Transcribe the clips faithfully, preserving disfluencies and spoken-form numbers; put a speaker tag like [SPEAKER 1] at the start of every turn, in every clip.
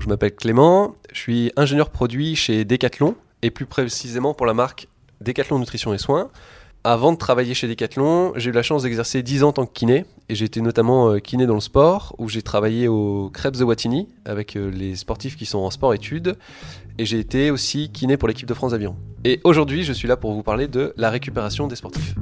[SPEAKER 1] Je m'appelle Clément, je suis ingénieur produit chez Decathlon et plus précisément pour la marque Decathlon Nutrition et Soins. Avant de travailler chez Decathlon, j'ai eu la chance d'exercer dix ans en tant que kiné et j'ai été notamment kiné dans le sport où j'ai travaillé au Krebs de Wattignies avec les sportifs qui sont en sport-études et j'ai été aussi kiné pour l'équipe de France Aviron. Et aujourd'hui, je suis là pour vous parler de la récupération des sportifs.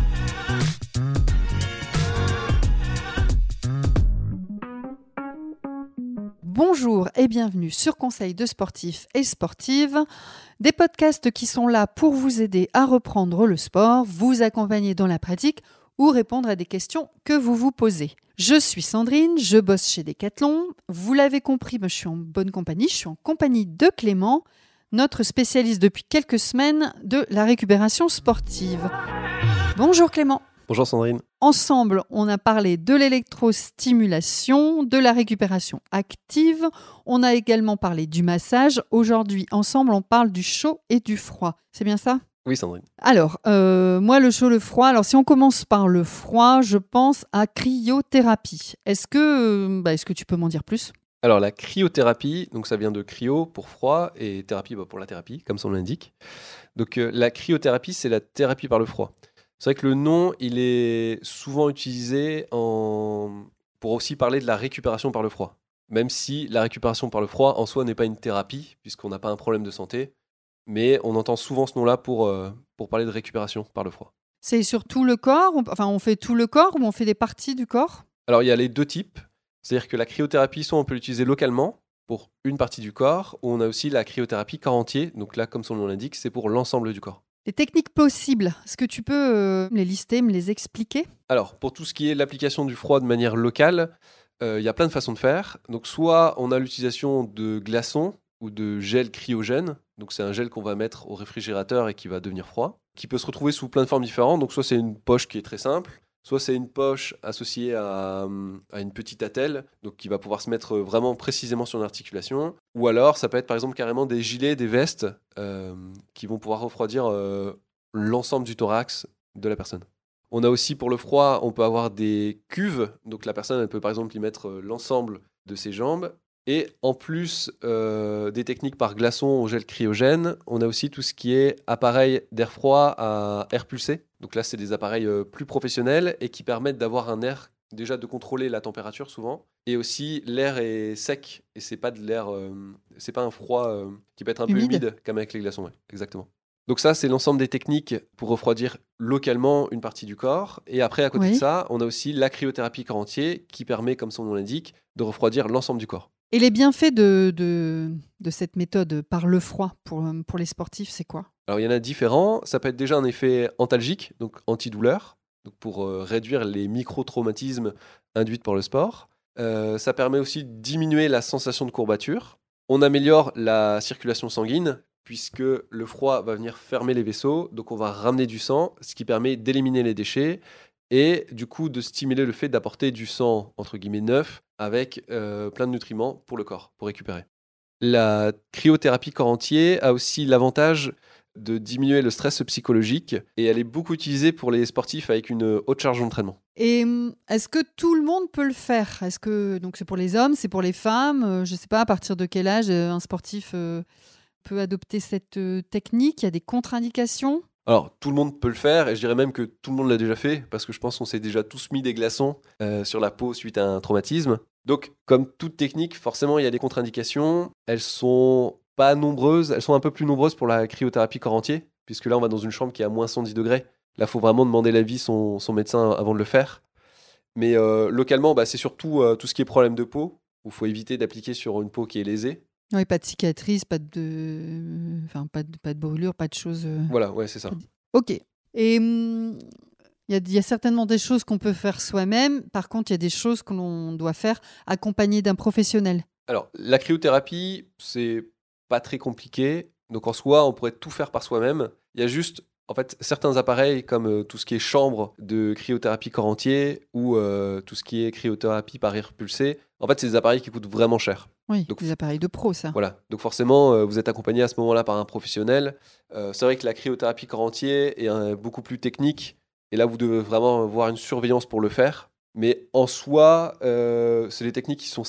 [SPEAKER 2] Bonjour et bienvenue sur Conseil de sportifs et sportives, des podcasts qui sont là pour vous aider à reprendre le sport, vous accompagner dans la pratique ou répondre à des questions que vous vous posez. Je suis Sandrine, je bosse chez Decathlon. Vous l'avez compris, je suis en bonne compagnie, je suis en compagnie de Clément, notre spécialiste depuis quelques semaines de la récupération sportive. Bonjour Clément.
[SPEAKER 1] Bonjour Sandrine.
[SPEAKER 2] Ensemble, on a parlé de l'électrostimulation, de la récupération active. On a également parlé du massage. Aujourd'hui, ensemble, on parle du chaud et du froid. C'est bien ça ?
[SPEAKER 1] Oui, Sandrine.
[SPEAKER 2] Alors, euh, moi, le chaud, le froid. Alors, si on commence par le froid, je pense à cryothérapie. Est-ce que, euh, bah, est-ce que tu peux m'en dire plus ?
[SPEAKER 1] Alors, la cryothérapie, donc ça vient de cryo pour froid et thérapie bah, pour la thérapie, comme son nom l'indique. Donc, euh, la cryothérapie, c'est la thérapie par le froid. C'est vrai que le nom, il est souvent utilisé en... pour aussi parler de la récupération par le froid. Même si la récupération par le froid, en soi, n'est pas une thérapie, puisqu'on n'a pas un problème de santé. Mais on entend souvent ce nom-là pour, euh, pour parler de récupération par le froid.
[SPEAKER 2] C'est sur tout le corps ? Enfin, on fait tout le corps ou on fait des parties du corps ?
[SPEAKER 1] Alors, il y a les deux types. C'est-à-dire que la cryothérapie, soit on peut l'utiliser localement, pour une partie du corps, ou on a aussi la cryothérapie corps entier. Donc là, comme son nom l'indique, c'est pour l'ensemble du corps.
[SPEAKER 2] Les techniques possibles, est-ce que tu peux euh, me les lister, me les expliquer ?
[SPEAKER 1] Alors, pour tout ce qui est l'application du froid de manière locale, il euh, y a plein de façons de faire. Donc, soit on a l'utilisation de glaçons ou de gel cryogène. Donc, c'est un gel qu'on va mettre au réfrigérateur et qui va devenir froid, qui peut se retrouver sous plein de formes différentes. Donc, soit c'est une poche qui est très simple, soit c'est une poche associée à, à une petite attelle, donc qui va pouvoir se mettre vraiment précisément sur l'articulation. Ou alors, ça peut être par exemple carrément des gilets, des vestes euh, qui vont pouvoir refroidir euh, l'ensemble du thorax de la personne. On a aussi pour le froid, on peut avoir des cuves. Donc la personne, elle peut par exemple y mettre l'ensemble de ses jambes. Et en plus euh, des techniques par glaçon au gel cryogène, on a aussi tout ce qui est appareil d'air froid à air pulsé. Donc là, c'est des appareils euh, plus professionnels et qui permettent d'avoir un air, déjà de contrôler la température souvent. Et aussi, l'air est sec et c'est pas de l'air, euh, c'est pas un froid euh, qui peut être un
[SPEAKER 2] Humide.
[SPEAKER 1] peu humide comme avec les glaçons. Ouais, exactement. Donc ça, c'est l'ensemble des techniques pour refroidir localement une partie du corps. Et après, à côté
[SPEAKER 2] Oui.
[SPEAKER 1] de ça, on a aussi la cryothérapie corps entier qui permet, comme son nom l'indique, de refroidir l'ensemble du corps.
[SPEAKER 2] Et les bienfaits de, de, de cette méthode par le froid pour, pour les sportifs, c'est quoi ?
[SPEAKER 1] Alors, il y en a différents. Ça peut être déjà un effet antalgique, donc antidouleur, donc pour euh, réduire les micro-traumatismes induits par le sport. Euh, ça permet aussi de diminuer la sensation de courbature. On améliore la circulation sanguine, puisque le froid va venir fermer les vaisseaux, donc on va ramener du sang, ce qui permet d'éliminer les déchets et du coup de stimuler le fait d'apporter du sang, entre guillemets, neuf, avec euh, plein de nutriments pour le corps, pour récupérer. La cryothérapie corps entier a aussi l'avantage de diminuer le stress psychologique et elle est beaucoup utilisée pour les sportifs avec une haute charge d'entraînement.
[SPEAKER 2] Et est-ce que tout le monde peut le faire ? Est-ce que donc c'est pour les hommes, c'est pour les femmes ? euh, Je ne sais pas à partir de quel âge euh, un sportif euh, peut adopter cette euh, technique. Il y a des contre-indications ?
[SPEAKER 1] Alors, tout le monde peut le faire, et je dirais même que tout le monde l'a déjà fait, parce que je pense qu'on s'est déjà tous mis des glaçons euh, sur la peau suite à un traumatisme. Donc, comme toute technique, forcément, il y a des contre-indications. Elles sont pas nombreuses, elles sont un peu plus nombreuses pour la cryothérapie corps entier, puisque là, on va dans une chambre qui est à moins cent dix degrés. Là, il faut vraiment demander l'avis son, son médecin avant de le faire. Mais euh, localement, bah, c'est surtout euh, tout ce qui est problème de peau, où il faut éviter d'appliquer sur une peau qui est lésée.
[SPEAKER 2] Oui, pas de cicatrices, pas de, enfin, pas de, pas de brûlure, pas de choses. euh,
[SPEAKER 1] Voilà, ouais, c'est ça.
[SPEAKER 2] Ok. Et hum, il y, a- il y a certainement des choses qu'on peut faire soi-même. Par contre, il y a des choses que l'on doit faire accompagné d'un professionnel.
[SPEAKER 1] Alors, la cryothérapie, c'est pas très compliqué. Donc, en soi, on pourrait tout faire par soi-même. Il y a juste, en fait, certains appareils comme euh, tout ce qui est chambre de cryothérapie corps entier ou euh, tout ce qui est cryothérapie par air pulsé. En fait, c'est des appareils qui coûtent vraiment cher.
[SPEAKER 2] Oui,
[SPEAKER 1] Donc,
[SPEAKER 2] des appareils de pro, ça.
[SPEAKER 1] Voilà. Donc, forcément, euh, vous êtes accompagné à ce moment-là par un professionnel. Euh, c'est vrai que la cryothérapie corps entier est euh, beaucoup plus technique. Et là, vous devez vraiment avoir une surveillance pour le faire. Mais en soi, euh, c'est des techniques qui sont simples.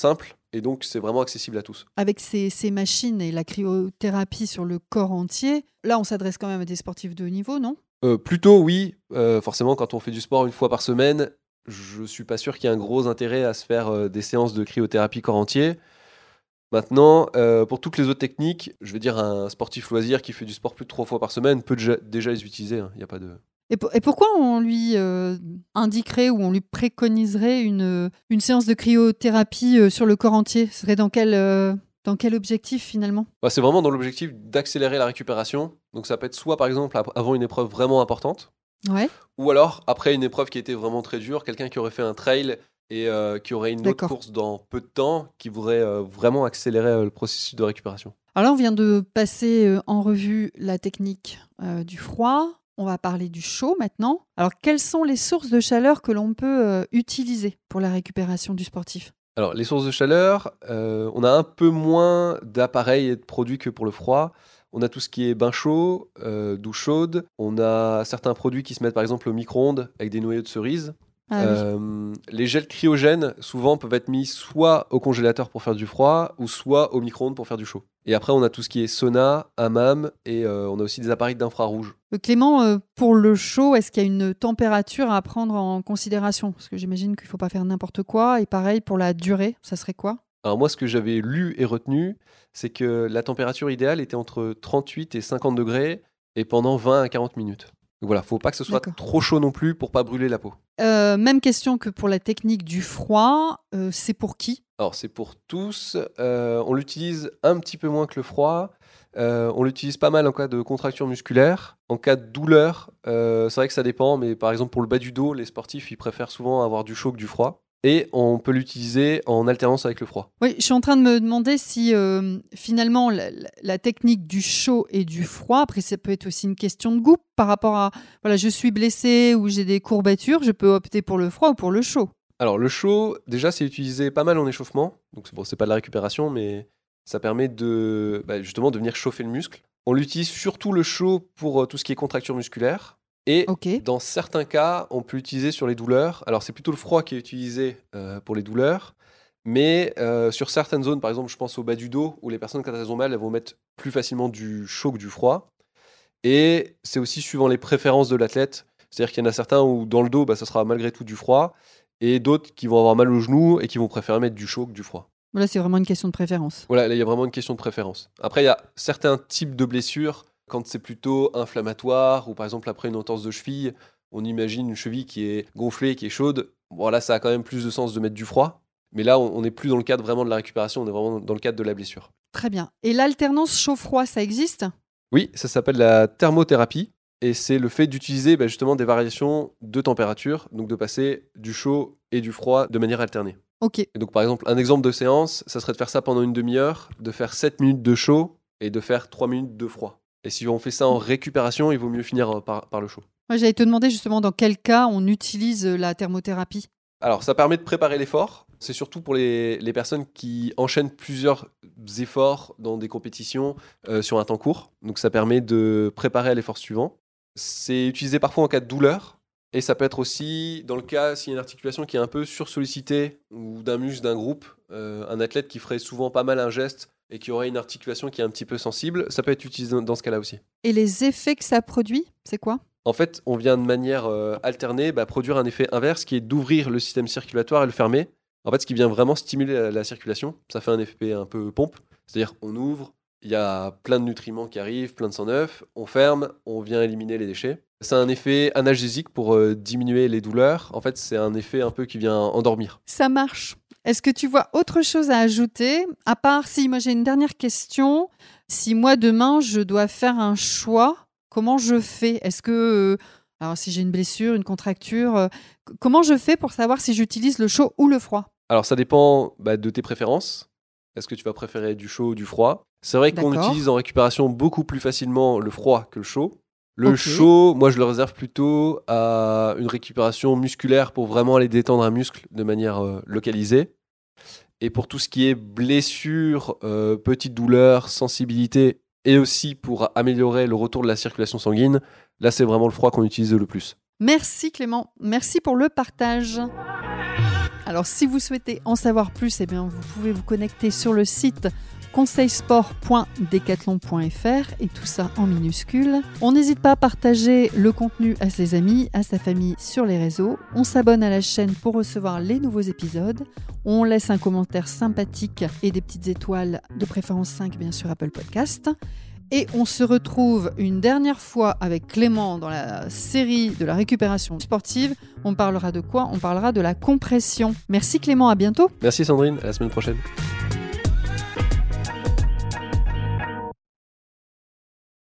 [SPEAKER 1] et donc c'est vraiment accessible à tous.
[SPEAKER 2] Avec ces, ces machines et la cryothérapie sur le corps entier, là on s'adresse quand même à des sportifs de haut niveau, non ?
[SPEAKER 1] Euh, plutôt oui, euh, forcément quand on fait du sport une fois par semaine, je suis pas sûr qu'il y ait un gros intérêt à se faire euh, des séances de cryothérapie corps entier. Maintenant, euh, pour toutes les autres techniques, je veux dire un sportif loisir qui fait du sport plus de trois fois par semaine peut déjà, déjà les utiliser, il hein, n'y a pas de...
[SPEAKER 2] Et, pour, et pourquoi on lui euh, indiquerait ou on lui préconiserait une, une séance de cryothérapie euh, sur le corps entier ? Ce serait dans quel, euh, dans quel objectif finalement ?
[SPEAKER 1] Bah, c'est vraiment dans l'objectif d'accélérer la récupération. Donc ça peut être soit par exemple avant une épreuve vraiment importante,
[SPEAKER 2] Ouais.
[SPEAKER 1] ou alors après une épreuve qui était vraiment très dure, quelqu'un qui aurait fait un trail et euh, qui aurait une autre
[SPEAKER 2] D'accord.
[SPEAKER 1] course dans peu de temps, qui voudrait euh, vraiment accélérer euh, le processus de récupération.
[SPEAKER 2] Alors là, on vient de passer euh, en revue la technique euh, du froid. On va parler du chaud maintenant. Alors, quelles sont les sources de chaleur que l'on peut euh, utiliser pour la récupération du sportif ?
[SPEAKER 1] Alors, les sources de chaleur, euh, on a un peu moins d'appareils et de produits que pour le froid. On a tout ce qui est bain chaud, euh, douche chaude. On a certains produits qui se mettent par exemple au micro-ondes avec des noyaux de cerise.
[SPEAKER 2] Ah, oui.
[SPEAKER 1] Euh, les gels cryogènes, souvent, peuvent être mis soit au congélateur pour faire du froid, ou soit au micro-ondes pour faire du chaud. Et après, on a tout ce qui est sauna, hammam, et euh, on a aussi des appareils d'infrarouge.
[SPEAKER 2] Euh, Clément, euh, pour le chaud, est-ce qu'il y a une température à prendre en considération ? Parce que j'imagine qu'il ne faut pas faire n'importe quoi. Et pareil, pour la durée, ça serait quoi ?
[SPEAKER 1] Alors moi, ce que j'avais lu et retenu, c'est que la température idéale était entre trente-huit et cinquante degrés, et pendant vingt à quarante minutes. Donc voilà, faut pas que ce soit
[SPEAKER 2] D'accord.
[SPEAKER 1] trop chaud non plus pour pas brûler la peau.
[SPEAKER 2] Euh, Même question que pour la technique du froid. Euh, c'est pour qui ?
[SPEAKER 1] Alors c'est pour tous, euh, on l'utilise un petit peu moins que le froid, euh, on l'utilise pas mal en cas de contracture musculaire, en cas de douleur, euh, c'est vrai que ça dépend, mais par exemple pour le bas du dos, les sportifs ils préfèrent souvent avoir du chaud que du froid, et on peut l'utiliser en alternance avec le froid.
[SPEAKER 2] Oui, je suis en train de me demander si euh, finalement la, la- la technique du chaud et du froid, après ça peut être aussi une question de goût par rapport à, voilà, je suis blessé ou j'ai des courbatures, je peux opter pour le froid ou pour le chaud.
[SPEAKER 1] Alors le chaud, déjà c'est utilisé pas mal en échauffement, donc c'est bon, c'est pas de la récupération, mais ça permet de bah, justement de venir chauffer le muscle. On l'utilise surtout le chaud pour euh, tout ce qui est contracture musculaire. Et
[SPEAKER 2] Ok.
[SPEAKER 1] dans certains cas, on peut l'utiliser sur les douleurs. Alors, c'est plutôt le froid qui est utilisé euh, pour les douleurs. Mais euh, sur certaines zones, par exemple, je pense au bas du dos, où les personnes, quand elles ont mal, elles vont mettre plus facilement du chaud que du froid. Et c'est aussi suivant les préférences de l'athlète. C'est-à-dire qu'il y en a certains où, dans le dos, bah, ça sera malgré tout du froid. Et d'autres qui vont avoir mal au genou et qui vont préférer mettre du chaud que du froid.
[SPEAKER 2] Là, c'est vraiment une question de préférence.
[SPEAKER 1] Voilà, là, il y a vraiment une question de préférence. Après, il y a certains types de blessures, quand c'est plutôt inflammatoire, ou par exemple après une entorse de cheville, on imagine une cheville qui est gonflée, qui est chaude. Bon, là, ça a quand même plus de sens de mettre du froid. Mais là, on n'est plus dans le cadre vraiment de la récupération, on est vraiment dans le cadre de la blessure.
[SPEAKER 2] Très bien. Et l'alternance chaud-froid, ça existe ?
[SPEAKER 1] Oui, ça s'appelle la thermothérapie. Et c'est le fait d'utiliser bah, justement des variations de température, donc de passer du chaud et du froid de manière alternée.
[SPEAKER 2] Ok.
[SPEAKER 1] Et donc, par exemple, un exemple de séance, ça serait de faire ça pendant une demi-heure, de faire sept minutes de chaud et de faire trois minutes de froid. Et si on fait ça en récupération, il vaut mieux finir par, par le chaud.
[SPEAKER 2] Moi, j'allais te demander justement dans quel cas on utilise la thermothérapie.
[SPEAKER 1] Alors, ça permet de préparer l'effort. C'est surtout pour les, les personnes qui enchaînent plusieurs efforts dans des compétitions euh, sur un temps court. Donc, ça permet de préparer à l'effort suivant. C'est utilisé parfois en cas de douleur. Et ça peut être aussi dans le cas s'il y a une articulation qui est un peu sursollicitée ou d'un muscle d'un groupe, euh, un athlète qui ferait souvent pas mal un geste et qui aurait une articulation qui est un petit peu sensible, ça peut être utilisé dans ce cas-là aussi.
[SPEAKER 2] Et les effets que ça produit, c'est quoi ?
[SPEAKER 1] En fait, on vient de manière euh, alternée bah, produire un effet inverse qui est d'ouvrir le système circulatoire et le fermer. En fait, ce qui vient vraiment stimuler la, la circulation, ça fait un effet un peu pompe, c'est-à-dire on ouvre, il y a plein de nutriments qui arrivent, plein de sang neuf, on ferme, on vient éliminer les déchets. C'est un effet analgésique pour euh, diminuer les douleurs. En fait, c'est un effet un peu qui vient endormir.
[SPEAKER 2] Ça marche. Est-ce que tu vois autre chose à ajouter ? À part, si moi j'ai une dernière question, si moi demain je dois faire un choix, comment je fais ? Est-ce que, euh, alors si j'ai une blessure, une contracture, euh, c- comment je fais pour savoir si j'utilise le chaud ou le froid ?
[SPEAKER 1] Alors, ça dépend bah, de tes préférences. Est-ce que tu vas préférer du chaud ou du froid ? C'est vrai qu'on
[SPEAKER 2] D'accord.
[SPEAKER 1] utilise en récupération beaucoup plus facilement le froid que le chaud. Le
[SPEAKER 2] Ok.
[SPEAKER 1] chaud, moi, je le réserve plutôt à une récupération musculaire pour vraiment aller détendre un muscle de manière euh, localisée. Et pour tout ce qui est blessure, euh, petite douleur, sensibilité, et aussi pour améliorer le retour de la circulation sanguine, là, c'est vraiment le froid qu'on utilise le plus.
[SPEAKER 2] Merci Clément, merci pour le partage. Alors si vous souhaitez en savoir plus, eh bien, vous pouvez vous connecter sur le site conseil sport point decathlon point f r et tout ça en minuscules. On n'hésite pas à partager le contenu à ses amis, à sa famille sur les réseaux. On s'abonne à la chaîne pour recevoir les nouveaux épisodes. On laisse un commentaire sympathique et des petites étoiles, de préférence cinq bien sûr, Apple Podcast. Et on se retrouve une dernière fois avec Clément dans la série de la récupération sportive. On parlera de quoi ? On parlera de la compression. Merci Clément, à bientôt.
[SPEAKER 1] Merci Sandrine, à la semaine prochaine.